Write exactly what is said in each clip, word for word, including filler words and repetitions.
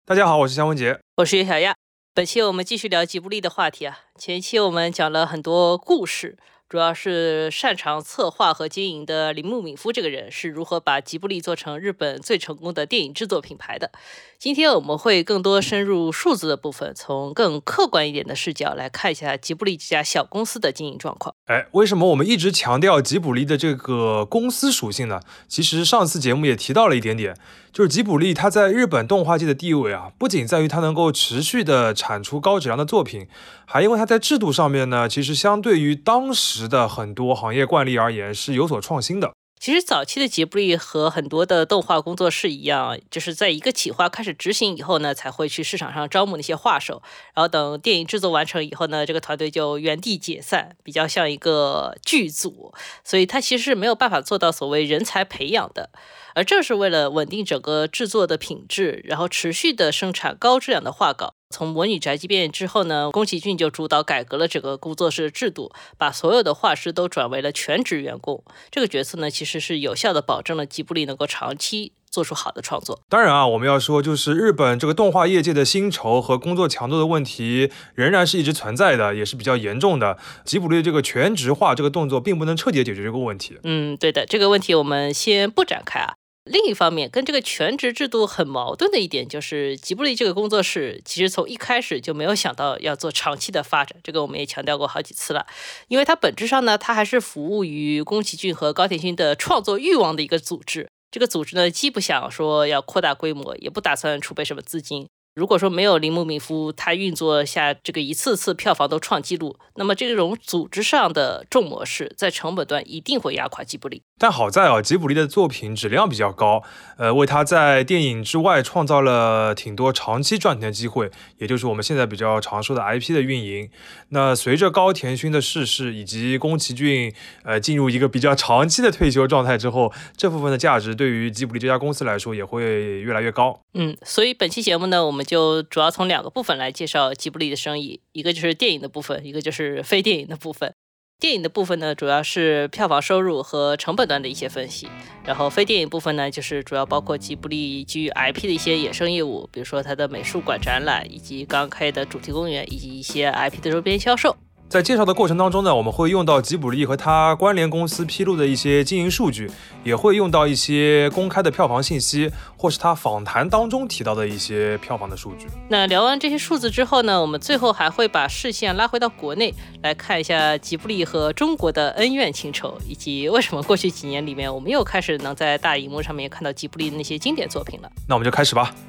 大家好，我是肖文杰， 我是叶小亚。本期我们继续聊吉卜力的话题啊。前一期我们讲了很多故事，主要是擅长策划和经营的铃木敏夫这个人是如何把吉卜力做成日本最成功的电影制作品牌的。今天我们会更多深入数字的部分，从更客观一点的视角来看一下吉卜力这家小公司的经营状况。 哎，为什么我们一直强调吉卜力的这个公司属性呢？其实上次节目也提到了一点点，就是吉卜力它在日本动画界的地位啊，不仅在于它能够持续的产出高质量的作品，还因为它在制度上面呢，其实相对于当时的很多行业惯例而言是有所创新的。 其实早期的吉卜力和很多的动画工作室一样，就是在一个企划开始执行以后呢，才会去市场上招募那些画手，然后等电影制作完成以后呢，这个团队就原地解散，比较像一个剧组，所以它其实是没有办法做到所谓人才培养的。而正是为了稳定整个制作的品质，然后持续的生产高质量的画稿。从魔女宅急便之后呢，宫崎骏就主导改革了整个工作室的制度，把所有的画师都转为了全职员工。这个决策呢，其实是有效的保证了吉卜力能够长期做出好的创作。 当然啊，我们要说就是日本这个动画业界的薪酬和工作强度的问题仍然是一直存在的，也是比较严重的。吉卜力这个全职化这个动作并不能彻底解决这个问题。 嗯，对的，这个问题我们先不展开啊。另一方面，跟这个全职制度很矛盾的一点就是，吉卜力这个工作室其实从一开始就没有想到要做长期的发展，这个我们也强调过好几次了。因为它本质上呢，它还是服务于宫崎骏和高田勋的创作欲望的一个组织。这个组织呢，既不想说要扩大规模，也不打算储备什么资金。如果说没有铃木敏夫他运作下这个一次次票房都创纪录，那么这种组织上的重模式在成本端一定会压垮吉卜力。 但好在啊，吉卜力的作品质量比较高，呃，为他在电影之外创造了挺多长期赚钱的机会，也就是我们现在比较常说的 I P 的运营。那随着高田勋的逝世以及宫崎骏呃进入一个比较长期的退休状态之后，这部分的价值对于吉卜力这家公司来说也会越来越高。 嗯，所以本期节目呢，我们就主要从两个部分来介绍吉卜力的生意，一个就是电影的部分，一个就是非电影的部分。电影的部分呢，主要是票房收入和成本端的一些分析，然后非电影部分呢，就是主要包括吉卜力基于 I P 的一些衍生业务，比如说它的美术馆展览，以及刚开的主题公园，以及一些 I P 的周边销售。 在介绍的过程当中呢，我们会用到吉卜力和它关联公司披露的一些经营数据，也会用到一些公开的票房信息，或是他访谈当中提到的一些票房的数据。 那聊完这些数字之后呢，我们最后还会把视线拉回到国内，来看一下吉卜力和中国的恩怨情仇，以及为什么过去几年里面我们又开始能在大荧幕上面看到吉卜力的那些经典作品了。 那我们就开始吧。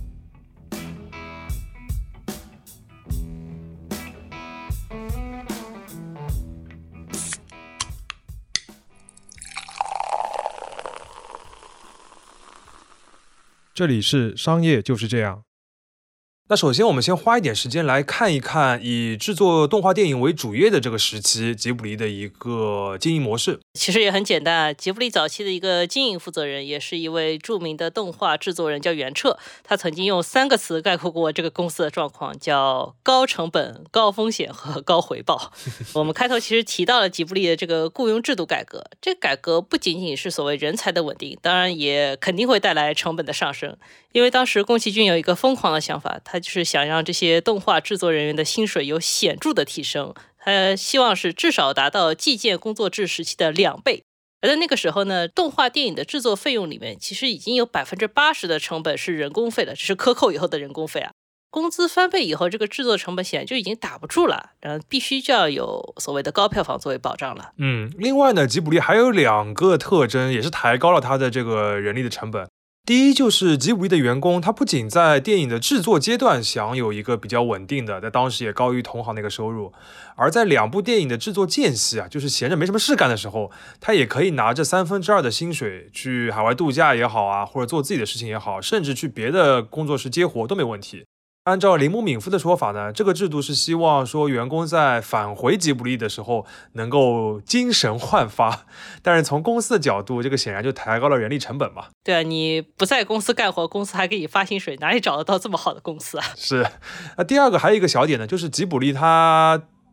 这里是商业就是这样。那首先我们先花一点时间来看一看以制作动画电影为主业的这个时期吉卜力的一个经营模式。 其实也很简单啊，吉卜力早期的一个经营负责人也是一位著名的动画制作人，叫袁彻。他曾经用三个词概括过这个公司的状况，叫高成本、高风险和高回报。我们开头其实提到了吉卜力的这个雇佣制度改革，这个改革不仅仅是所谓人才的稳定，当然也肯定会带来成本的上升。因为当时宫崎骏有一个疯狂的想法，他就是想让这些动画制作人员的薪水有显著的提升，他希望是至少达到计件工作制时期的两倍。而在那个时候呢，动画电影的制作费用里面其实已经有 百分之八十 的成本是人工费了，这是克扣以后的人工费啊。工资翻倍以后，这个制作成本显然就已经打不住了，然后必须就要有所谓的高票房作为保障了。 嗯，另外呢，吉卜力还有两个特征，也是抬高了它的这个人力的成本。第一就是吉卜力的员工，他不仅在电影的制作阶段享有一个比较稳定的，在当时也高于同行的一个收入，而在两部电影的制作间隙啊，就是闲着没什么事干的时候，他也可以拿着三分之二的薪水去海外度假也好啊，或者做自己的事情也好，甚至去别的工作室接活都没问题。按照铃木敏夫的说法呢，这个制度是希望说员工在返回吉卜力的时候能够精神焕发，但是从公司的角度，这个显然就抬高了人力成本嘛。 对啊，你不在公司干活，公司还给你发薪水，哪里找得到这么好的公司啊？ 是。那第二个还有一个小点呢，就是吉卜力它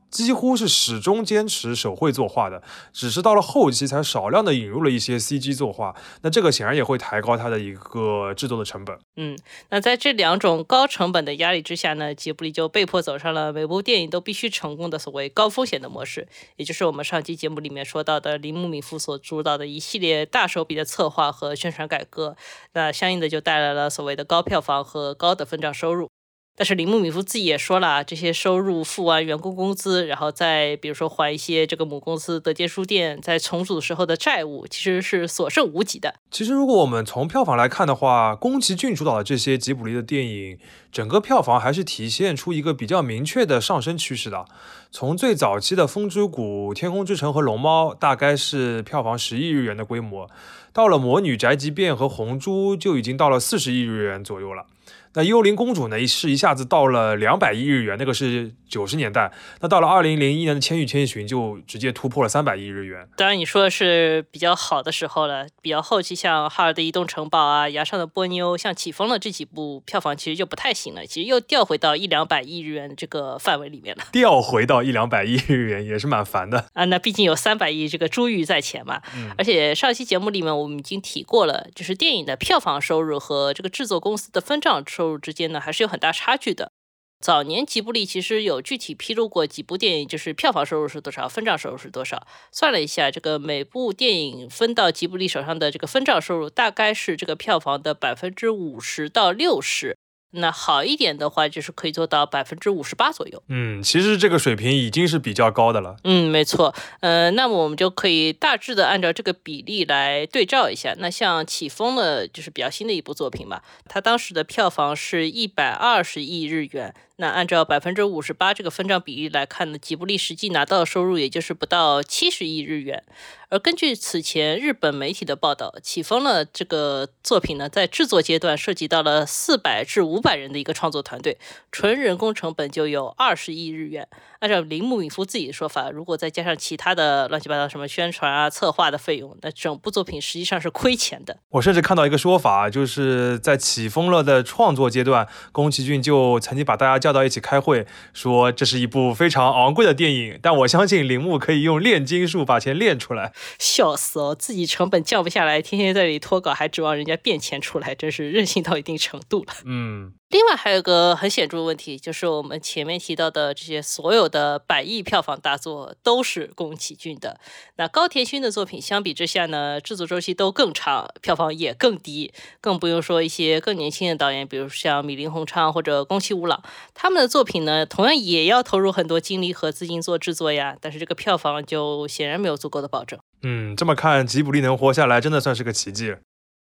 几乎是始终坚持手绘作画的，只是到了后期才少量的引入了一些 C G 作画，那这个显然也会抬高它的一个制作的成本。 嗯，那在这两种高成本的压力之下呢，吉卜力就被迫走上了每部电影都必须成功的所谓高风险的模式，也就是我们上期节目里面说到的铃木敏夫所主导的一系列大手笔的策划和宣传改革，那相应的就带来了所谓的高票房和高的分账收入。但是铃木敏夫自己也说了，这些收入付完员工工资，然后再比如说还一些这个母公司德间书店在重组时候的债务，其实是所剩无几的。 其实如果我们从票房来看的话，宫崎骏主导的这些吉卜力的电影，整个票房还是体现出一个比较明确的上升趋势的。从最早期的《风之谷》《天空之城》和《龙猫》大概是票房十亿日元的规模，到了《魔女宅急便》和《红猪》就已经到了四十亿日元左右了。那幽灵公主呢，是一下子到了两百亿日元，那个是九十年代。那到了二零零一年的《千与千寻》就直接突破了三百亿日元。 当然你说的是比较好的时候了，比较后期像《哈尔的移动城堡》啊、《崖上的波妞》、像《起风了》这几部票房其实就不太行了，其实又掉回到一两百亿日元这个范围里面了。 掉回到一两百亿日元也是蛮烦的啊，那毕竟有三百亿这个珠玉在前嘛。嗯、而且上期节目里面我们已经提过了，就是电影的票房收入和这个制作公司的分账收入之间呢，还是有很大差距的。早年吉卜力其实有具体披露过几部电影，就是票房收入是多少，分账收入是多少。算了一下，这个每部电影分到吉卜力手上的这个分账收入，大概是这个票房的百分之五十到六十。那好一点的话，就是可以做到百分之五十八左右。 嗯，其实这个水平已经是比较高的了。 嗯，没错。呃，那么我们就可以大致的按照这个比例来对照一下。那像起风了，就是比较新的一部作品嘛，它当时的票房是一百二十亿日元。那按照百分之五十八这个分账比例来看呢，吉卜力实际拿到的收入也就是不到七十亿日元。而根据此前日本媒体的报道，起风了这个作品呢，在制作阶段涉及到了四百至五百人的一个创作团队，纯人工成本就有二十亿日元。按照铃木敏夫自己的说法，如果再加上其他的乱七八糟什么宣传啊、策划的费用，那整部作品实际上是亏钱的。 我甚至看到一个说法，就是在起风了的创作阶段，宫崎骏就曾经把大家叫到一起开会，说这是一部非常昂贵的电影，但我相信铃木可以用炼金术把钱炼出来。 笑死哦，自己成本降不下来，天天在这里脱稿，还指望人家变钱出来，真是任性到一定程度了。 嗯。 另外还有个很显著的问题，就是我们前面提到的这些所有的百亿票房大作都是宫崎骏的。那高田勋的作品相比之下呢，制作周期都更长，票房也更低，更不用说一些更年轻的导演，比如像米林宏昌或者宫崎吾朗，他们的作品呢，同样也要投入很多精力和资金做制作呀，但是这个票房就显然没有足够的保证。 嗯，这么看，吉卜力能活下来真的算是个奇迹。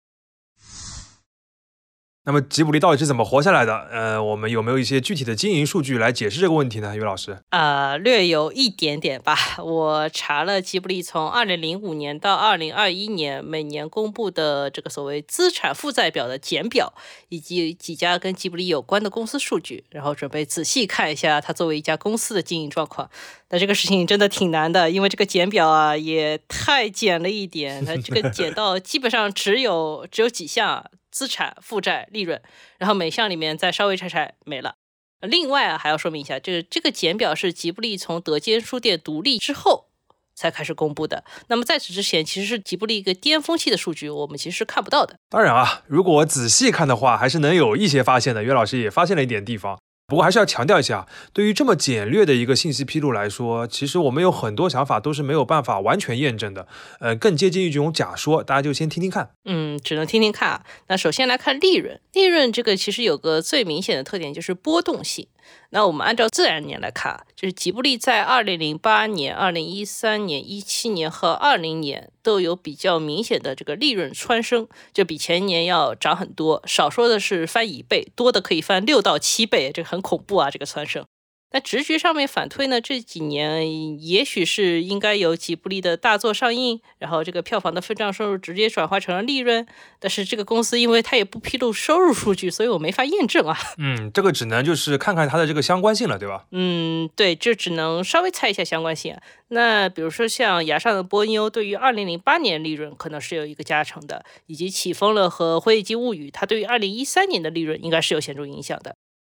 那么吉卜力到底是怎么活下来的？呃，我们有没有一些具体的经营数据来解释这个问题呢？于老师？ 啊、呃，略有一点点吧。我查了吉卜力从二零零五年到二零二一年每年公布的这个所谓资产负债表的简表，以及几家跟吉卜力有关的公司数据，然后准备仔细看一下它作为一家公司的经营状况。但这个事情真的挺难的，因为这个简表啊也太简了一点，它这个简到基本上只有只有几项。资产、负债、利润，然后每项里面再稍微拆拆没了。另外啊，还要说明一下，这个这个简表是吉卜力从德间书店独立之后才开始公布的。那么在此之前，其实是吉卜力一个巅峰期的数据，我们其实是看不到的。 当然啊，如果仔细看的话，还是能有一些发现的。岳老师也发现了一点地方。不过还是要强调一下，对于这么简略的一个信息披露来说，其实我们有很多想法都是没有办法完全验证的，呃，更接近于一种假说，大家就先听听看。 嗯，只能听听看啊。那首先来看利润，利润这个其实有个最明显的特点，就是波动性。那我们按照自然年来看，就是吉卜力在二零零八年、二零一三年、一七年和二零年都有比较明显的这个利润蹿升，就比前年要涨很多，少说的是翻一倍，多的可以翻六到七倍，这个很恐怖啊，这个蹿升。那直觉上面反推呢，这几年也许是应该有吉卜力的大作上映，然后这个票房的分账收入直接转化成了利润，但是这个公司因为它也不披露收入数据，所以我没法验证啊。 嗯，这个只能就是看看它的这个相关性了，对吧？ 嗯，对，这只能稍微猜一下相关性啊。那比如说像崖上的波妞，对于二零零八年利润可能是有一个加成的，以及起风了和辉夜姬物语，它对于二零一三年的利润应该是有显著影响的。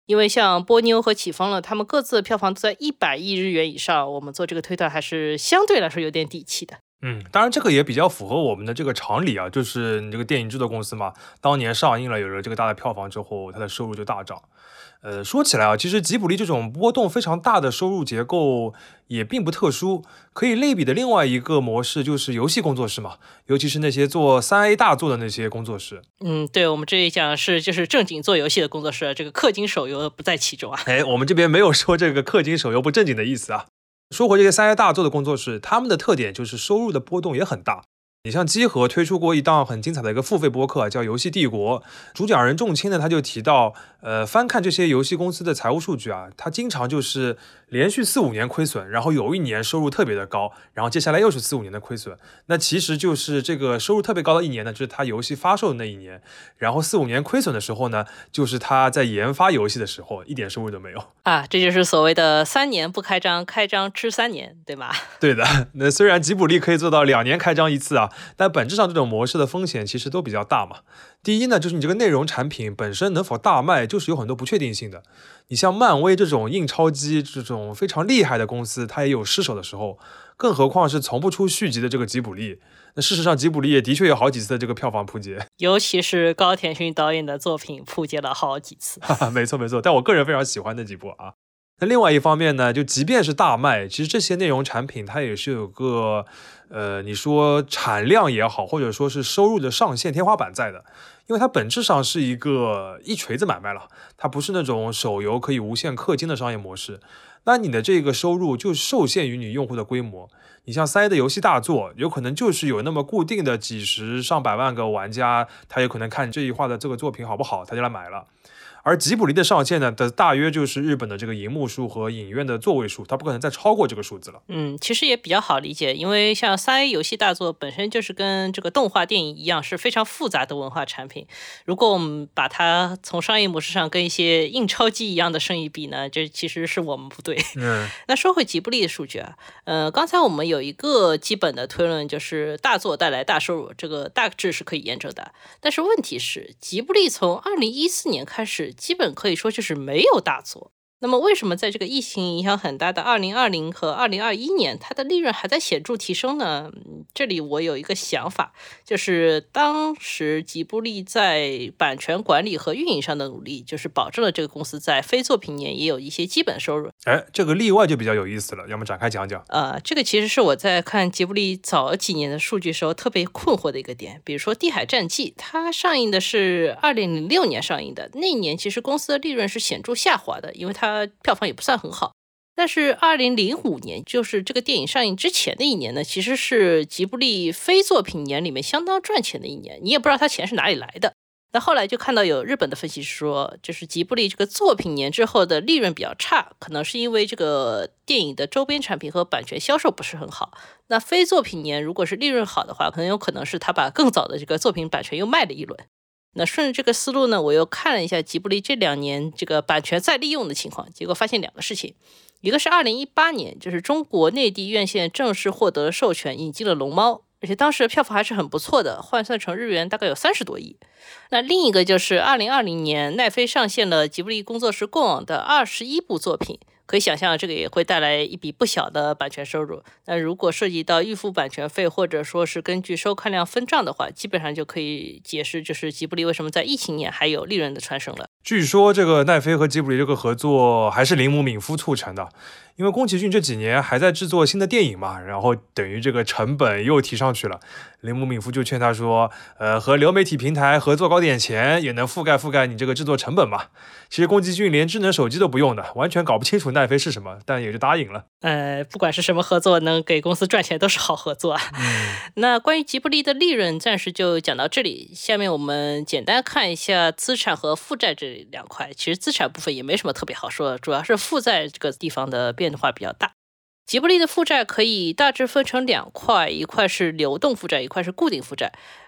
因为像波妞和起风了，他们各自的票房都在一百亿日元以上，我们做这个推断还是相对来说有点底气的。 嗯，当然这个也比较符合我们的这个常理啊，就是你这个电影制作公司嘛，当年上映了有了这个大的票房之后，它的收入就大涨。呃，说起来啊，其实吉卜力这种波动非常大的收入结构也并不特殊，可以类比的另外一个模式就是游戏工作室嘛，尤其是那些做三 A 大作的那些工作室。 嗯，对，我们这里讲是就是正经做游戏的工作室，这个氪金手游不在其中啊。 哎，我们这边没有说这个氪金手游不正经的意思啊。说回这些三 A 大作的工作室，他们的特点就是收入的波动也很大。你像机核推出过一档很精彩的一个付费播客，叫《游戏帝国》，主讲人仲青呢，他就提到，呃，翻看这些游戏公司的财务数据啊，他经常就是连续四五年亏损，然后有一年收入特别的高，然后接下来又是四五年的亏损。那其实就是这个收入特别高的一年呢，就是他游戏发售的那一年，然后四五年亏损的时候呢，就是他在研发游戏的时候，一点收入都没有啊，这就是所谓的三年不开张，开张吃三年，对吗？ 对的，那虽然吉卜力可以做到两年开张一次啊，但本质上这种模式的风险其实都比较大嘛。第一呢，就是你这个内容产品本身能否大卖，就是有很多不确定性的。你像漫威这种印钞机这种非常厉害的公司，它也有失手的时候，更何况是从不出续集的这个吉卜力。那事实上，吉卜力也的确有好几次的这个票房扑街， 尤其是高田勋导演的作品扑街了好几次。 没错没错，但我个人非常喜欢那几部啊。那另外一方面呢，就即便是大卖，其实这些内容产品它也是有个，呃，你说产量也好，或者说是收入的上限天花板在的，因为它本质上是一个一锤子买卖了，它不是那种手游可以无限氪金的商业模式。那你的这个收入就受限于你用户的规模，你像三 A 的游戏大作，有可能就是有那么固定的几十上百万个玩家，他有可能看这一话的这个作品好不好，他就来买了。而吉卜力的上限呢，的大约就是日本的这个荧幕数和影院的座位数，它不可能再超过这个数字了。 嗯，其实也比较好理解，因为像三 A 游戏大作本身就是跟这个动画电影一样，是非常复杂的文化产品。如果我们把它从商业模式上跟一些印钞机一样的生意比呢，这其实是我们不对。 嗯， 那说回吉卜力的数据啊，呃，刚才我们有一个基本的推论，就是大作带来大收入，这个大致是可以验证的。但是问题是，吉卜力从二零一四年开始，基本可以说就是没有大作。那么为什么在这个疫情影响很大的二零二零和二零二一年，它的利润还在显著提升呢？这里我有一个想法，就是当时吉卜力在版权管理和运营上的努力，就是保证了这个公司在非作品年也有一些基本收入。 哎，这个例外就比较有意思了，要么展开讲讲。 呃，这个其实是我在看吉卜力早几年的数据时候特别困惑的一个点。比如说《地海战记》，它上映的是二零零六年上映的，那一年其实公司的利润是显著下滑的，因为它票房也不算很好。但是二零零五年，就是这个电影上映之前的一年呢，其实是吉卜力非作品年里面相当赚钱的一年，你也不知道它钱是哪里来的。那后来就看到有日本的分析师说，就是吉卜力这个作品年之后的利润比较差，可能是因为这个电影的周边产品和版权销售不是很好。那非作品年如果是利润好的话，很有可能是他把更早的这个作品版权又卖了一轮。那顺着这个思路呢，我又看了一下吉卜力这两年这个版权再利用的情况，结果发现两个事情。一个是二零一八年，就是中国内地院线正式获得授权引进了龙猫，而且当时的票房还是很不错的，换算成日元大概有三十多亿。那另一个就是二零二零年奈飞上线了吉卜力工作室过往的二十一部作品，可以想象这个也会带来一笔不小的版权收入。那如果涉及到预付版权费或者说是根据收看量分账的话，基本上就可以解释就是吉卜力为什么在疫情年还有利润的传承了。 据说这个奈飞和吉卜力这个合作还是铃木敏夫促成的，因为宫崎骏这几年还在制作新的电影嘛，然后等于这个成本又提上去了。铃木敏夫就劝他说，呃，和流媒体平台合作搞点钱，也能覆盖覆盖你这个制作成本嘛。其实宫崎骏连智能手机都不用的，完全搞不清楚奈飞是什么，但也就答应了。 呃，不管是什么合作，能给公司赚钱都是好合作啊。 嗯、 那关于吉卜力的利润，暂时就讲到这里。下面我们简单看一下资产和负债这两块。其实资产部分也没什么特别好说的，主要是负债这个地方的变化比较大。吉卜力的负债可以大致分成两块，一块是流动负债，一块是固定负债。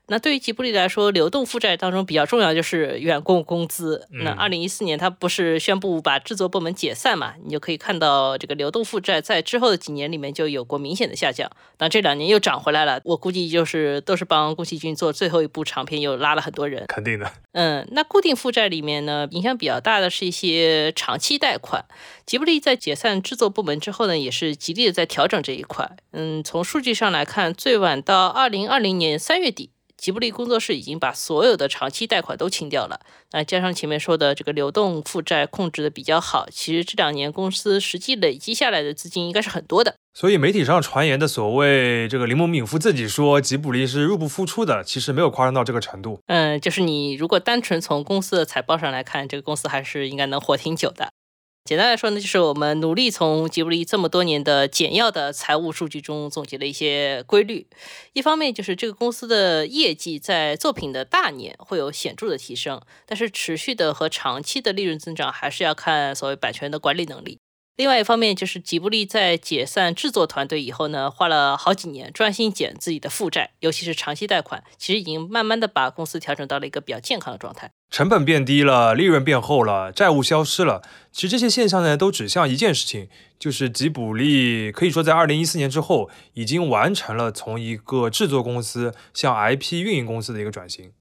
那对于吉卜力来说，流动负债当中比较重要就是员工工资。 嗯、 那二零一四年他不是宣布把制作部门解散嘛，你就可以看到这个流动负债在之后的几年里面就有过明显的下降。那这两年又涨回来了，我估计就是都是帮宫崎骏做最后一部长片，又拉了很多人。 肯定的。 嗯，那固定负债里面呢，影响比较大的是一些长期贷款。吉卜力在解散制作部门之后呢，也是极力的在调整这一块。嗯，从数据上来看，最晚到二零二零年三月底。吉卜力工作室已经把所有的长期贷款都清掉了，那加上前面说的这个流动负债控制的比较好，其实这两年公司实际累积下来的资金应该是很多的。 所以媒体上传言的所谓这个铃木敏夫自己说吉卜力是入不敷出的，其实没有夸张到这个程度。 嗯，就是你如果单纯从公司的财报上来看，这个公司还是应该能活挺久的。简单来说呢，就是我们努力从吉卜力这么多年的简要的财务数据中总结了一些规律。一方面就是这个公司的业绩在作品的大年会有显著的提升，但是持续的和长期的利润增长还是要看所谓版权的管理能力。另外一方面就是吉卜力在解散制作团队以后呢，花了好几年专心减自己的负债，尤其是长期贷款，其实已经慢慢的把公司调整到了一个比较健康的状态。 成本变低了，利润变厚了，债务消失了。其实这些现象呢，都指向一件事情，就是吉卜力可以说在二零一四年之后，已经完成了从一个制作公司向 I P 运营公司的一个转型。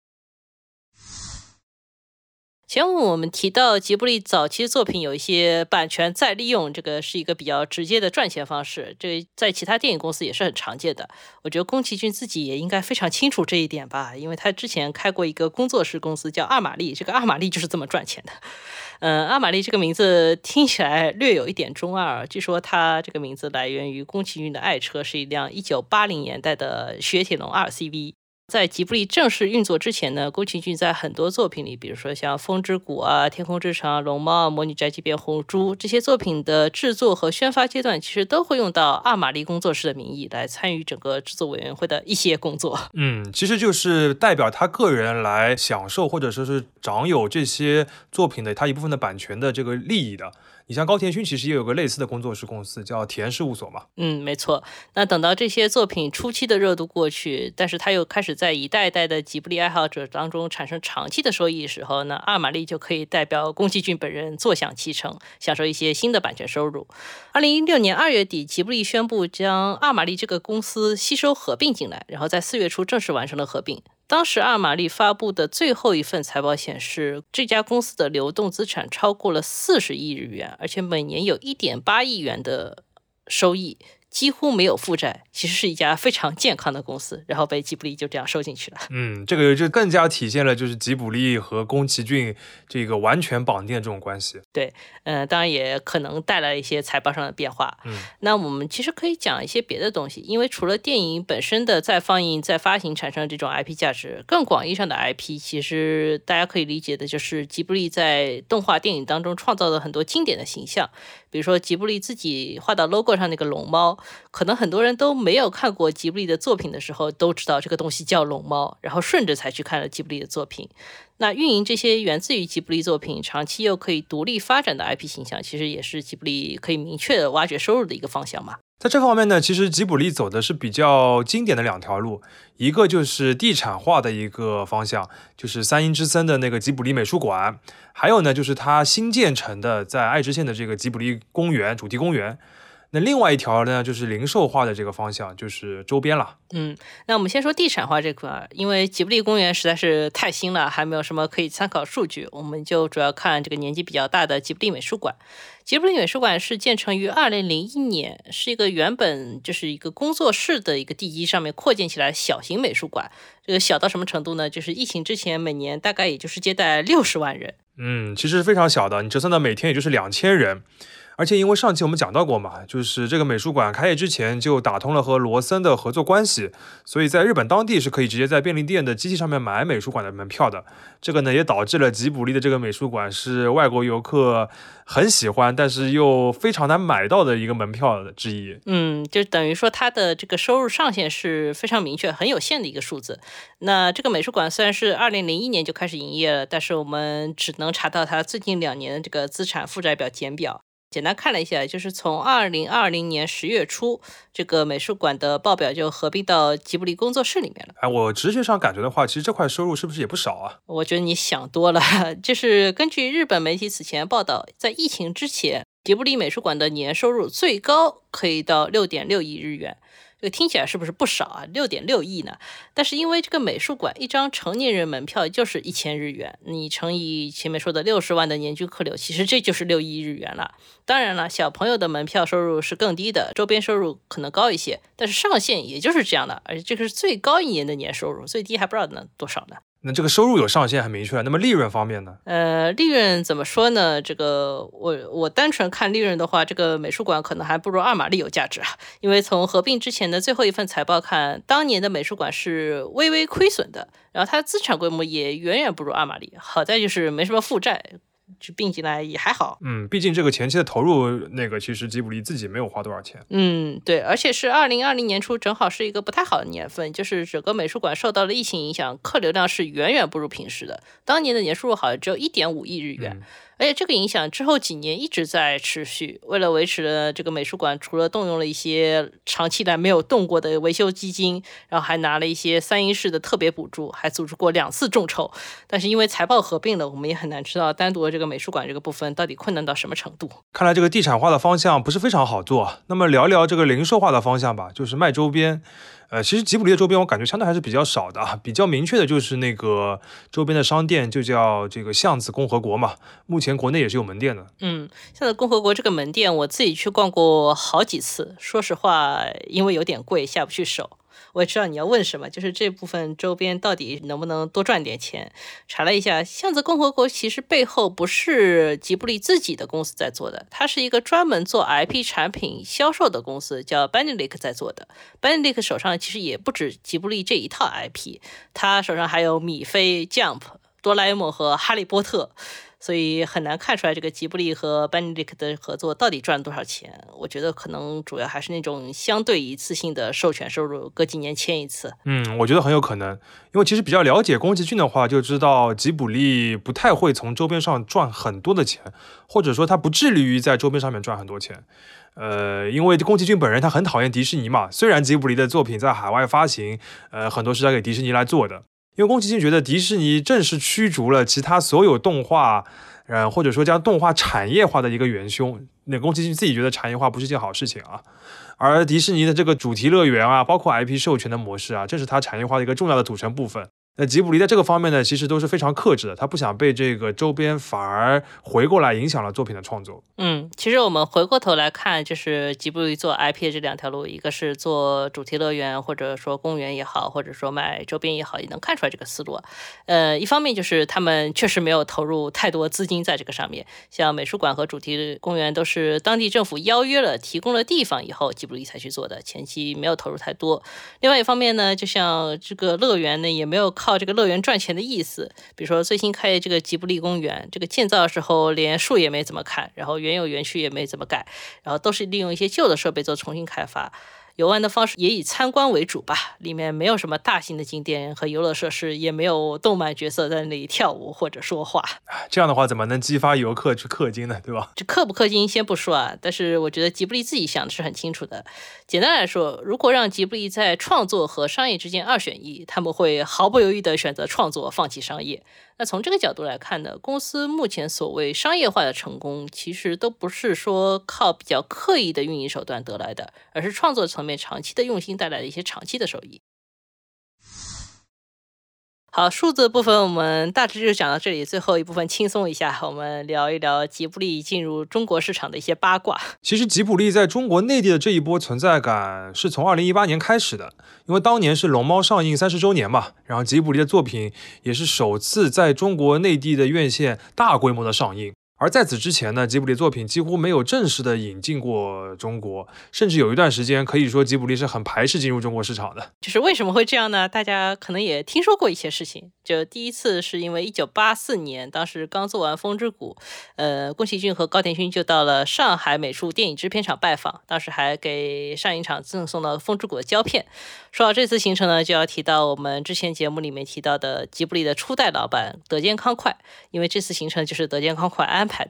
前面我们提到吉卜力早期的作品有一些版权再利用，这个是一个比较直接的赚钱方式，这在其他电影公司也是很常见的。我觉得宫崎骏自己也应该非常清楚这一点吧，因为他之前开过一个工作室公司叫阿玛丽，这个阿玛丽就是这么赚钱的。嗯，阿玛丽这个名字听起来略有一点中二，据说它这个名字来源于宫崎骏的爱车是一辆一九八零年代的雪铁龙 R C V。在吉卜力正式运作之前呢，宫崎骏在很多作品里，比如说像《风之谷》啊、《天空之城》啊、《龙猫》、《魔女宅急便》、《红猪》这些作品的制作和宣发阶段，其实都会用到阿玛丽工作室的名义来参与整个制作委员会的一些工作。 嗯，其实就是代表他个人来享受或者说是掌有这些作品的他一部分的版权的这个利益的。你像高田勋其实也有个类似的工作室公司叫田事务所嘛。 嗯，没错。那等到这些作品初期的热度过去，但是他又开始在一代一代的吉卜力爱好者当中产生长期的收益的时候呢，阿玛丽就可以代表宫崎骏本人坐享其成，享受一些新的版权收入。二零一六年二月底，吉卜力宣布将阿玛丽这个公司吸收合并进来，然后在四月初正式完成了合并。当时阿玛丽发布的最后一份财报显示，这家公司的流动资产超过了四十亿日元，而且每年有 一点八亿元的收益，几乎没有负债，其实是一家非常健康的公司，然后被吉卜力就这样收进去了。 嗯，这个就更加体现了就是吉卜力和宫崎骏这个完全绑定的这种关系。 对，嗯、呃，当然也可能带来一些财报上的变化。 嗯， 那我们其实可以讲一些别的东西，因为除了电影本身的再放映、再发行产生这种 I P 价值，更广义上的 I P， 其实大家可以理解的就是吉卜力在动画电影当中创造了很多经典的形象，比如说吉卜力自己画到 logo 上那个龙猫，可能很多人都没有看过吉卜力的作品的时候，都知道这个东西叫龙猫，然后顺着才去看了吉卜力的作品。那运营这些源自于吉卜力作品，长期又可以独立发展的 I P 形象，其实也是吉卜力可以明确的挖掘收入的一个方向嘛。 在这方面呢，其实吉卜力走的是比较经典的两条路，一个就是地产化的一个方向，就是三鹰之森的那个吉卜力美术馆，还有呢就是它新建成的在爱知县的这个吉卜力公园主题公园。那另外一条呢，就是零售化的这个方向，就是周边了。 嗯，那我们先说地产化这块，因为吉卜力公园实在是太新了，还没有什么可以参考数据，我们就主要看这个年纪比较大的吉卜力美术馆。吉卜力美术馆是建成于二零零一年，是一个原本就是一个工作室的一个地基上面扩建起来小型美术馆。这个小到什么程度呢？就是疫情之前每年大概也就是接待六十万人。 嗯，其实是非常小的，你折算到每天也就是两千人。而且因为上期我们讲到过嘛，就是这个美术馆开业之前就打通了和罗森的合作关系，所以在日本当地是可以直接在便利店的机器上面买美术馆的门票的。这个呢也导致了吉卜力的这个美术馆是外国游客很喜欢，但是又非常难买到的一个门票之一。 嗯，就等于说它的这个收入上限是非常明确、很有限的一个数字。那这个美术馆虽然是二零零一年就开始营业了，但是我们只能查到它最近两年的这个资产负债表简表。 简单看了一下，就是从二零二零年十月初，这个美术馆的报表就合并到吉卜力工作室里面了。 哎，我直觉上感觉的话，其实这块收入是不是也不少啊？ 我觉得你想多了，就是根据日本媒体此前报道，在疫情之前，吉卜力美术馆的年收入最高可以到六点六亿日元。这个听起来是不是不少啊？六点六亿呢？但是因为这个美术馆一张成年人门票就是一千日元，你乘以前面说的六十万的年均客流，其实这就是六亿日元了。当然了，小朋友的门票收入是更低的，周边收入可能高一些，但是上限也就是这样的，而且这个是最高一年的年收入，最低还不知道呢多少呢。 那这个收入有上限很明确，那么利润方面呢？ 呃，利润怎么说呢？这个我我单纯看利润的话，这个美术馆可能还不如二玛丽有价值啊。因为从合并之前的最后一份财报看，当年的美术馆是微微亏损的，然后它的资产规模也远远不如二玛丽。好在就是没什么负债，就并进来也还好。 嗯，毕竟这个前期的投入，那个其实吉卜力自己没有花多少钱。 嗯，对，而且是二零二零年初，正好是一个不太好的年份，就是整个美术馆受到了疫情影响，客流量是远远不如平时的。当年的年收入好像只有一点五亿日元。嗯，而且这个影响之后几年一直在持续。为了维持了这个美术馆，除了动用了一些长期来没有动过的维修基金，然后还拿了一些三英市的特别补助，还组织过两次众筹。但是因为财报合并了，我们也很难知道单独的这个美术馆这个部分到底困难到什么程度。 看来这个地产化的方向不是非常好做。那么聊聊这个零售化的方向吧，就是卖周边。呃，其实吉卜力的周边我感觉相对还是比较少的啊，比较明确的就是那个周边的商店就叫这个巷子共和国嘛，目前国内也是有门店的。 嗯，巷子共和国这个门店我自己去逛过好几次，说实话，因为有点贵，下不去手。我也知道你要问什么，就是这部分周边到底能不能多赚点钱。查了一下，巷子共和国其实背后不是吉卜力自己的公司在做的，它是一个专门做 I P 产品销售的公司，叫 Benedict 在做的。Benedict 手上其实也不止吉卜力这一套 I P， 他手上还有米菲、Jump、哆啦 A 梦和哈利波特。所以很难看出来这个吉卜力和 Benedict 的合作到底赚多少钱。我觉得可能主要还是那种相对一次性的授权收入，隔几年签一次。 嗯，我觉得很有可能，因为其实比较了解宫崎骏的话，就知道吉卜力不太会从周边上赚很多的钱，或者说他不致力于在周边上面赚很多钱。呃，因为宫崎骏本人他很讨厌迪士尼嘛，虽然吉卜力的作品在海外发行，呃，很多是交给迪士尼来做的。因为宫崎骏觉得迪士尼正是驱逐了其他所有动画，呃，或者说将动画产业化的一个元凶。那宫崎骏自己觉得产业化不是件好事情啊，而迪士尼的这个主题乐园啊，包括 I P 授权的模式啊，正是它产业化的一个重要的组成部分。那吉卜力在这个方面呢，其实都是非常克制的，他不想被这个周边反而回过来影响了作品的创作。 嗯，其实我们回过头来看，就是吉卜力做 I P 的这两条路，一个是做主题乐园，或者说公园也好，或者说卖周边也好，也能看出来这个思路。呃，一方面就是他们确实没有投入太多资金在这个上面，像美术馆和主题公园都是当地政府邀约了、提供了地方以后，吉卜力才去做的，前期没有投入太多。另外一方面呢，就像这个乐园呢，也没有靠这个乐园赚钱的意思。比如说最新开这个吉卜力公园，这个建造的时候连树也没怎么砍，然后原有园区也没怎么改，然后都是利用一些旧的设备做重新开发。游玩的方式也以参观为主吧，里面没有什么大型的景点和游乐设施，也没有动漫角色在那里跳舞或者说话。 这样的话怎么能激发游客去氪金呢，对吧？ 这氪不氪金先不说啊，但是我觉得吉卜力自己想的是很清楚的。简单来说，如果让吉卜力在创作和商业之间二选一，他们会毫不犹豫地选择创作，放弃商业。那从这个角度来看呢，公司目前所谓商业化的成功，其实都不是说靠比较刻意的运营手段得来的，而是创作层面长期的用心带来的一些长期的收益。好，数字部分我们大致就讲到这里，最后一部分轻松一下，我们聊一聊吉卜力进入中国市场的一些八卦。 其实吉卜力在中国内地的这一波存在感是从二零一八年开始的，因为当年是龙猫上映三十周年嘛，然后吉卜力的作品也是首次在中国内地的院线大规模的上映。而在此之前呢，吉卜力作品几乎没有正式的引进过中国，甚至有一段时间可以说吉卜力是很排斥进入中国市场的。 就是为什么会这样呢？大家可能也听说过一些事情。就第一次是因为一九八四年，当时刚做完《风之谷》，呃，宫崎骏和高田勋就到了上海美术电影制片厂拜访，当时还给上影厂赠送了《风之谷》的胶片。说到这次行程呢，就要提到我们之前节目里面提到的吉卜力的初代老板德间康快，因为这次行程就是德间康快安排的。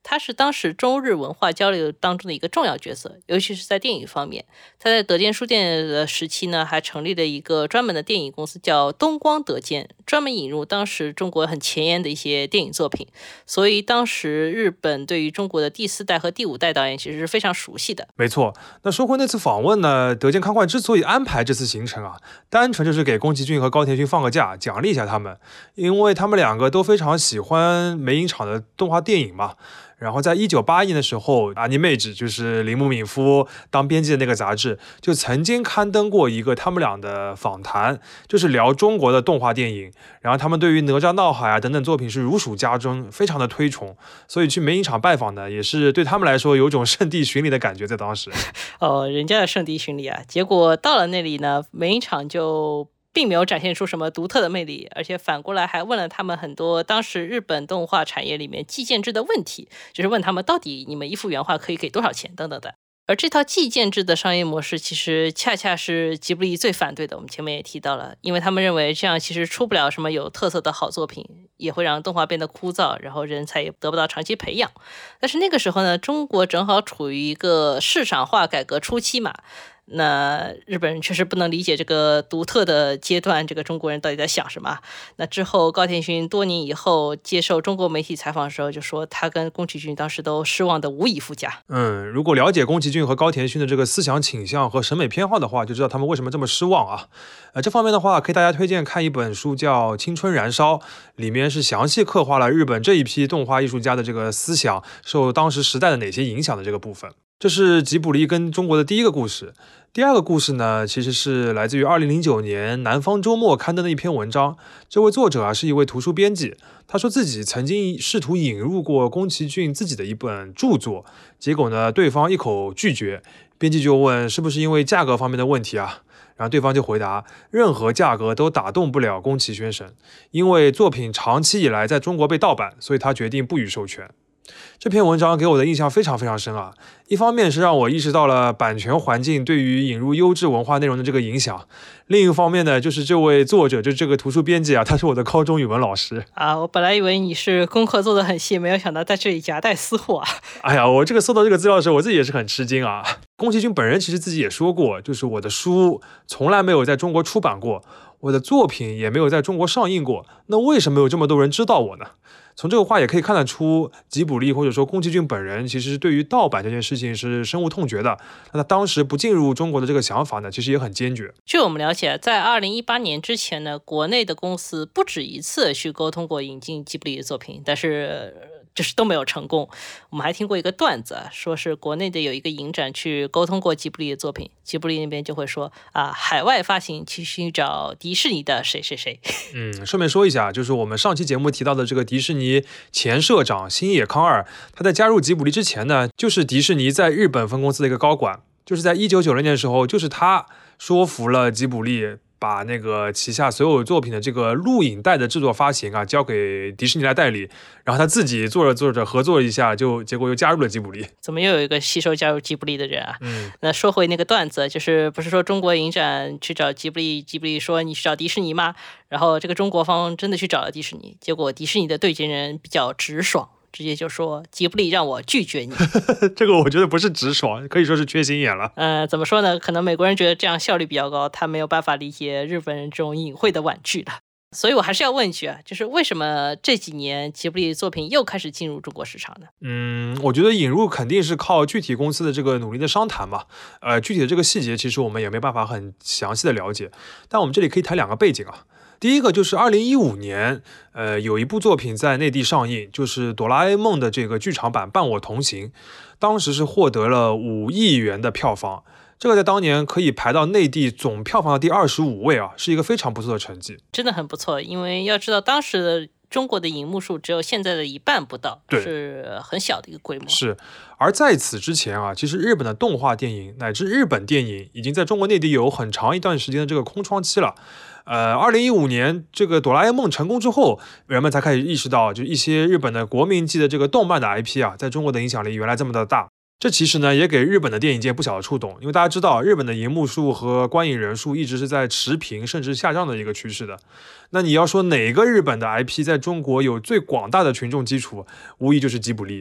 他是当时中日文化交流当中的一个重要角色，尤其是在电影方面。他在德间书店的时期呢，还成立了一个专门的电影公司，叫东光德间，专门引入当时中国很前沿的一些电影作品。所以当时日本对于中国的第四代和第五代导演其实是非常熟悉的。 没错，那说回那次访问呢，德间康冠之所以安排这次行程啊，单纯就是给宫崎骏和高田勋放个假，奖励一下他们，因为他们两个都非常喜欢美影厂的动画电影嘛。然后在一九八一年的时候， Animage 就是铃木敏夫当编辑的那个杂志，就曾经刊登过一个他们俩的访谈，就是聊中国的动画电影。然后他们对于哪吒闹海啊等等作品是如数家珍，非常的推崇，所以去美影厂拜访呢，也是对他们来说有种圣地巡礼的感觉。在当时哦，人家的圣地巡礼啊，结果到了那里呢，美影厂就并没有展现出什么独特的魅力，而且反过来还问了他们很多当时日本动画产业里面计件制的问题，就是问他们到底你们一幅原画可以给多少钱等等的。而这套计件制的商业模式其实恰恰是吉卜力最反对的，我们前面也提到了，因为他们认为这样其实出不了什么有特色的好作品，也会让动画变得枯燥，然后人才也得不到长期培养。但是那个时候呢，中国正好处于一个市场化改革初期嘛，那日本人确实不能理解这个独特的阶段，这个中国人到底在想什么。那之后高田勋多年以后接受中国媒体采访的时候就说，他跟宫崎骏当时都失望的无以复加。 嗯，如果了解宫崎骏和高田勋的这个思想倾向和审美偏好的话，就知道他们为什么这么失望啊。呃，这方面的话，可以大家推荐看一本书叫《青春燃烧》，里面是详细刻画了日本这一批动画艺术家的这个思想受当时时代的哪些影响的这个部分。这是吉卜力跟中国的第一个故事。第二个故事呢，其实是来自于二零零九年南方周末刊登的一篇文章。这位作者啊是一位图书编辑，他说自己曾经试图引入过宫崎骏自己的一本著作，结果呢对方一口拒绝。编辑就问是不是因为价格方面的问题啊？然后对方就回答，任何价格都打动不了宫崎先生，因为作品长期以来在中国被盗版，所以他决定不予授权。这篇文章给我的印象非常非常深啊！一方面是让我意识到了版权环境对于引入优质文化内容的这个影响，另一方面呢，就是这位作者，就这个图书编辑啊，他是我的高中语文老师啊。我本来以为你是功课做得很细，没有想到在这里夹带私货啊！ 哎呀，我这个搜到这个资料的时候，我自己也是很吃惊啊。宫崎骏本人其实自己也说过，就是我的书从来没有在中国出版过，我的作品也没有在中国上映过，那为什么有这么多人知道我呢？从这个话也可以看得出，吉卜力或者说宫崎骏本人其实对于盗版这件事情是深恶痛绝的。那他当时不进入中国的这个想法呢，其实也很坚决。 据我们了解，在二零一八年之前呢，国内的公司不止一次去沟通过引进吉卜力的作品，但是就是都没有成功。我们还听过一个段子，说是国内的有一个影展去沟通过吉卜力的作品，吉卜力那边就会说啊，海外发行去寻找迪士尼的谁谁谁。 嗯，顺便说一下，就是我们上期节目提到的这个迪士尼前社长星野康二，他在加入吉卜力之前呢，就是迪士尼在日本分公司的一个高管，就是在一九九零年的时候，就是他说服了吉卜力，把那个旗下所有作品的这个录影带的制作发行啊，交给迪士尼来代理，然后他自己做着做着合作一下，就结果又加入了吉卜力。 怎么又有一个吸收加入吉卜力的人啊？ 嗯， 那说回那个段子，就是不是说中国影展去找吉卜力，吉卜力说你去找迪士尼吗？然后这个中国方真的去找了迪士尼，结果迪士尼的对接人比较直爽，直接就说吉卜力让我拒绝你。 这个我觉得不是直爽，可以说是缺心眼了。 呃，怎么说呢？可能美国人觉得这样效率比较高，他没有办法理解日本人这种隐晦的婉拒了。所以我还是要问一句啊，就是为什么这几年吉卜力作品又开始进入中国市场呢？ 嗯，我觉得引入肯定是靠具体公司的这个努力的商谈嘛。呃，具体的这个细节其实我们也没办法很详细的了解，但我们这里可以谈两个背景啊。第一个就是二零一五年，呃，有一部作品在内地上映，就是哆啦 A 梦的这个剧场版《伴我同行》，当时是获得了五亿元的票房，这个在当年可以排到内地总票房的第二十五位啊，是一个非常不错的成绩。 真的很不错，因为要知道当时的中国的荧幕数只有现在的一半不到，是很小的一个规模。 是，而在此之前啊，其实日本的动画电影乃至日本电影已经在中国内地有很长一段时间的这个空窗期了。呃，二零一五年这个哆啦 A 梦成功之后，人们才开始意识到，就一些日本的国民级的这个动漫的 I P 啊，在中国的影响力原来这么的大。这其实呢，也给日本的电影界不小的触动，因为大家知道，日本的荧幕数和观影人数一直是在持平甚至下降的一个趋势的。那你要说哪个日本的 I P 在中国有最广大的群众基础，无疑就是吉卜力。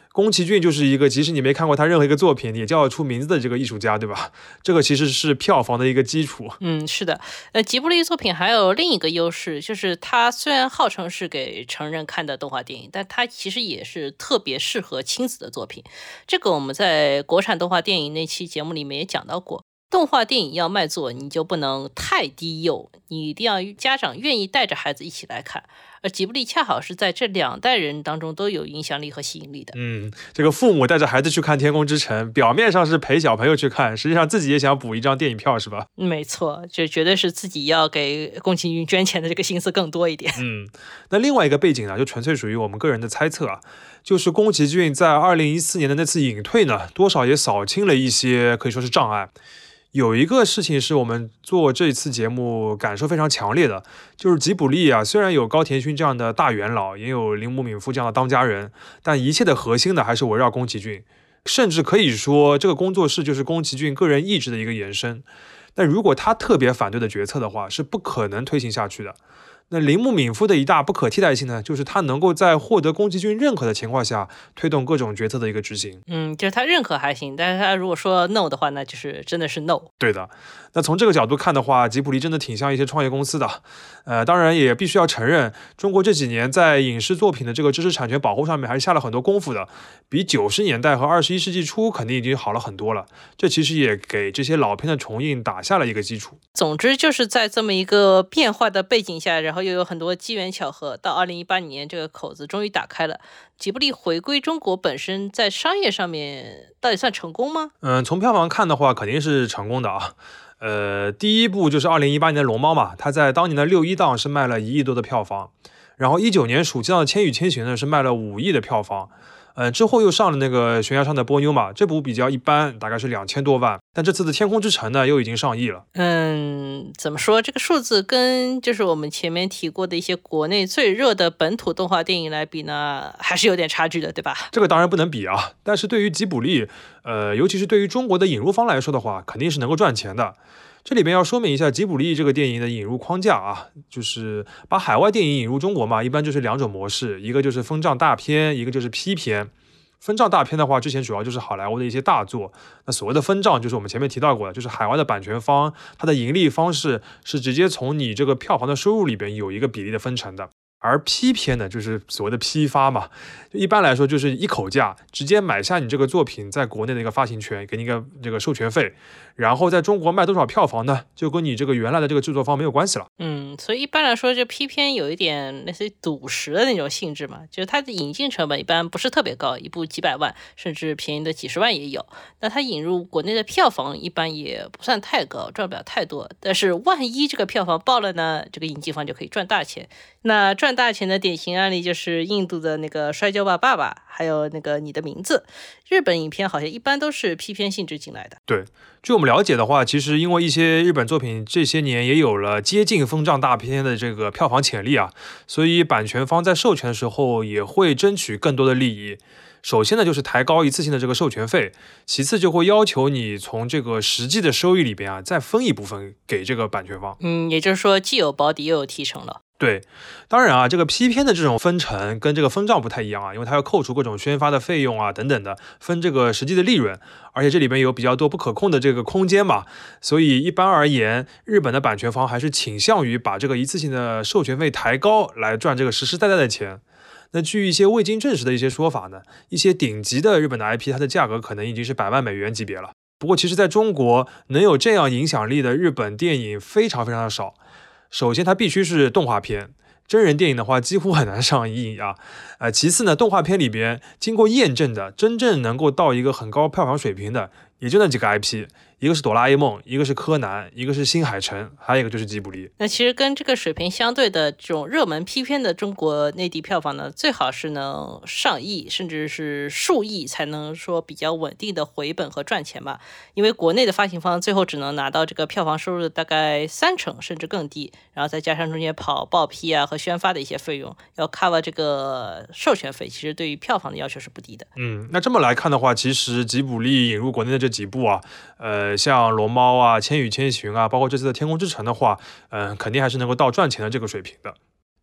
宫崎骏就是一个即使你没看过他任何一个作品也叫得出名字的这个艺术家，对吧？这个其实是票房的一个基础。 嗯，是的。呃，吉卜力作品还有另一个优势，就是它虽然号称是给成人看的动画电影，但它其实也是特别适合亲子的作品。这个我们在国产动画电影那期节目里面也讲到过。动画电影要卖座，你就不能太低幼，你一定要家长愿意带着孩子一起来看。而吉卜力恰好是在这两代人当中都有影响力和吸引力的。 嗯，这个父母带着孩子去看《天空之城》，表面上是陪小朋友去看，实际上自己也想补一张电影票，是吧？ 没错，这绝对是自己要给宫崎骏捐钱的这个心思更多一点。 嗯，那另外一个背景呢，就纯粹属于我们个人的猜测啊，就是宫崎骏在二零一四年的那次隐退呢，多少也扫清了一些可以说是障碍。有一个事情是我们做这次节目感受非常强烈的，就是吉卜力啊，虽然有高田勋这样的大元老，也有铃木敏夫这样的当家人，但一切的核心呢还是围绕宫崎骏，甚至可以说这个工作室就是宫崎骏个人意志的一个延伸。但如果他特别反对的决策的话，是不可能推行下去的。那铃木敏夫的一大不可替代性呢，就是他能够在获得宫崎骏认可的情况下，推动各种决策的一个执行。 嗯，就是他认可还行，但是他如果说 no 的话，那就是真的是 no。 对的，那从这个角度看的话，吉卜力真的挺像一些创业公司的。呃，当然也必须要承认，中国这几年在影视作品的这个知识产权保护上面还是下了很多功夫的，比九十年代和二十一世纪初肯定已经好了很多了。这其实也给这些老片的重映打下了一个基础。 总之就是在这么一个变化的背景下，然后又有很多机缘巧合，到二零一八年这个口子终于打开了。吉卜力回归中国本身在商业上面到底算成功吗？ 嗯，从票房看的话，肯定是成功的啊。呃，第一部就是二零一八年的《龙猫》嘛，它在当年的六一档是卖了一亿多的票房，然后一九年暑期档的《千与千寻》呢是卖了五亿的票房。呃，之后又上了那个悬崖上的波妞嘛，这部比较一般，大概是两千多万。但这次的《天空之城》呢，又已经上亿了。 嗯，怎么说？这个数字跟就是我们前面提过的一些国内最热的本土动画电影来比呢，还是有点差距的，对吧？ 这个当然不能比啊，但是对于吉卜力，呃，尤其是对于中国的引入方来说的话，肯定是能够赚钱的。这里边要说明一下吉卜力这个电影的引入框架啊，就是把海外电影引入中国嘛，一般就是两种模式，一个就是分账大片，一个就是批片。分账大片的话，之前主要就是好莱坞的一些大作，那所谓的分账就是我们前面提到过的，就是海外的版权方，它的盈利方式是直接从你这个票房的收入里边有一个比例的分成的。而批片呢，就是所谓的批发嘛，一般来说就是一口价，直接买下你这个作品在国内的一个发行权，给你一个这个授权费，然后在中国卖多少票房呢，就跟你这个原来的这个制作方没有关系了。 嗯，所以一般来说，这批片有一点类似于赌石的那种性质嘛，就是它的引进成本一般不是特别高，一部几百万，甚至便宜的几十万也有。那它引入国内的票房一般也不算太高，赚不了太多。但是万一这个票房爆了呢，这个引进方就可以赚大钱。那赚大钱的典型案例就是印度的那个《摔跤吧，爸爸》，还有那个《你的名字》。日本影片好像一般都是批片性质进来的。 对，据我们了解的话，其实因为一些日本作品这些年也有了接近分账大片的这个票房潜力啊，所以版权方在授权的时候也会争取更多的利益。首先呢，就是抬高一次性的这个授权费，其次就会要求你从这个实际的收益里边啊，再分一部分给这个版权方。 嗯，也就是说既有保底又有提成了。 对，当然啊，这个批片的这种分成跟这个分账不太一样啊，因为它要扣除各种宣发的费用啊等等的，分这个实际的利润，而且这里边有比较多不可控的这个空间嘛，所以一般而言，日本的版权方还是倾向于把这个一次性的授权费抬高来赚这个实实在在的钱。那据一些未经证实的一些说法呢，一些顶级的日本的 I P， 它的价格可能已经是百万美元级别了。不过其实在中国能有这样影响力的日本电影非常非常的少。首先它必须是动画片，真人电影的话几乎很难上映啊。呃，其次呢，动画片里边经过验证的，真正能够到一个很高票房水平的，也就那几个 I P， 一个是哆啦 A 梦，一个是柯南，一个是新海诚，还有一个就是吉卜力。 那其实跟这个水平相对的这种热门批片的中国内地票房呢，最好是能上亿甚至是数亿，才能说比较稳定的回本和赚钱嘛。因为国内的发行方最后只能拿到这个票房收入的大概三成甚至更低，然后再加上中间跑报批啊和宣发的一些费用，要 cover 这个授权费，其实对于票房的要求是不低的。 嗯，那这么来看的话，其实吉卜力引入国内的这几部啊，呃，像龙猫啊、千与千寻啊，包括这次的天空之城的话，嗯、呃，肯定还是能够到赚钱的这个水平的。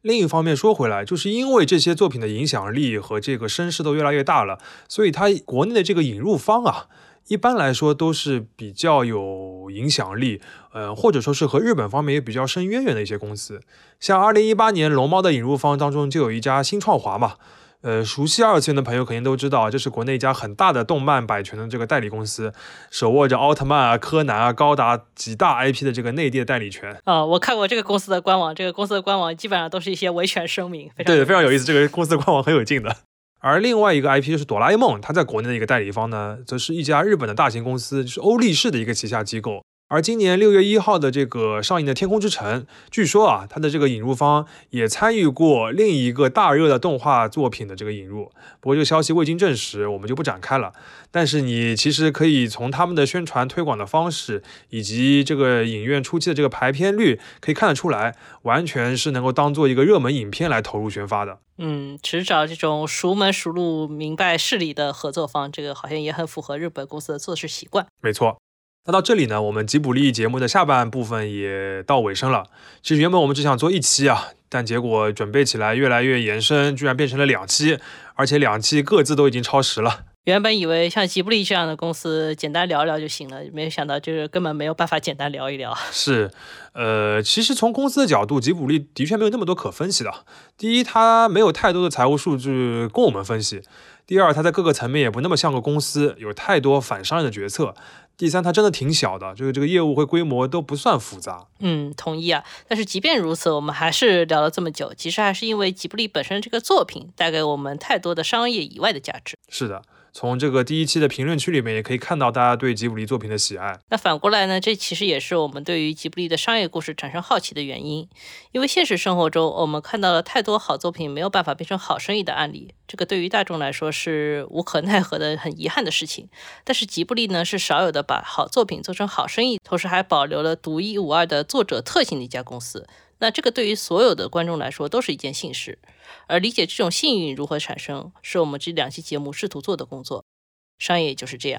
另一方面说回来，就是因为这些作品的影响力和这个声势都越来越大了，所以它国内的这个引入方啊，一般来说都是比较有影响力，呃，或者说是和日本方面也比较深渊源的一些公司。像二零一八年龙猫的引入方当中就有一家新创华嘛，呃，熟悉二次元的朋友肯定都知道，这是国内一家很大的动漫版权的这个代理公司，手握着奥特曼啊、柯南啊、高达几大 I P 的这个内地的代理权。 啊、呃，我看过这个公司的官网，这个公司的官网基本上都是一些维权声明，非常对，非常有意思，这个公司的官网很有劲的。而另外一个 I P 就是哆啦 A 梦，它在国内的一个代理方呢，则是一家日本的大型公司，就是欧力士的一个旗下机构。而今年六月一号的这个上映的《天空之城》，据说啊，它的这个引入方也参与过另一个大热的动画作品的这个引入。不过这个消息未经证实，我们就不展开了。但是你其实可以从他们的宣传推广的方式，以及这个影院初期的这个排片率，可以看得出来，完全是能够当做一个热门影片来投入宣发的。 嗯，只找这种熟门熟路、明白事理的合作方，这个好像也很符合日本公司的做事习惯。 没错。那到这里呢，我们吉卜力节目的下半部分也到尾声了。其实原本我们只想做一期啊，但结果准备起来越来越延伸，居然变成了两期，而且两期各自都已经超时了。 原本以为像吉卜力这样的公司简单聊聊就行了，没有想到就是根本没有办法简单聊一聊。 是，呃，其实从公司的角度，吉卜力的确没有那么多可分析的。第一，它没有太多的财务数据供我们分析；第二，它在各个层面也不那么像个公司，有太多反商业的决策。第三，它真的挺小的，这个这个业务和规模都不算复杂。 嗯，同意啊。但是即便如此，我们还是聊了这么久，其实还是因为吉卜力本身这个作品带给我们太多的商业以外的价值。 是的。从这个第一期的评论区里面也可以看到大家对吉卜力作品的喜爱。 那反过来呢，这其实也是我们对于吉卜力的商业故事产生好奇的原因。因为现实生活中我们看到了太多好作品没有办法变成好生意的案例，这个对于大众来说是无可奈何的很遗憾的事情。但是吉卜力呢，是少有的把好作品做成好生意，同时还保留了独一无二的作者特性的一家公司。那这个对于所有的观众来说都是一件幸事，而理解这种幸运如何产生，是我们这两期节目试图做的工作。商业就是这样。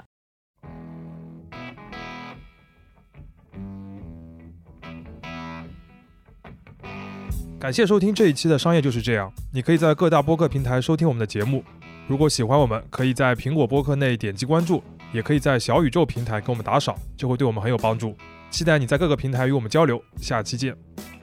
感谢收听这一期的《商业就是这样》，你可以在各大播客平台收听我们的节目。如果喜欢我们，可以在苹果播客内点击关注，也可以在小宇宙平台给我们打赏，就会对我们很有帮助。期待你在各个平台与我们交流，下期见。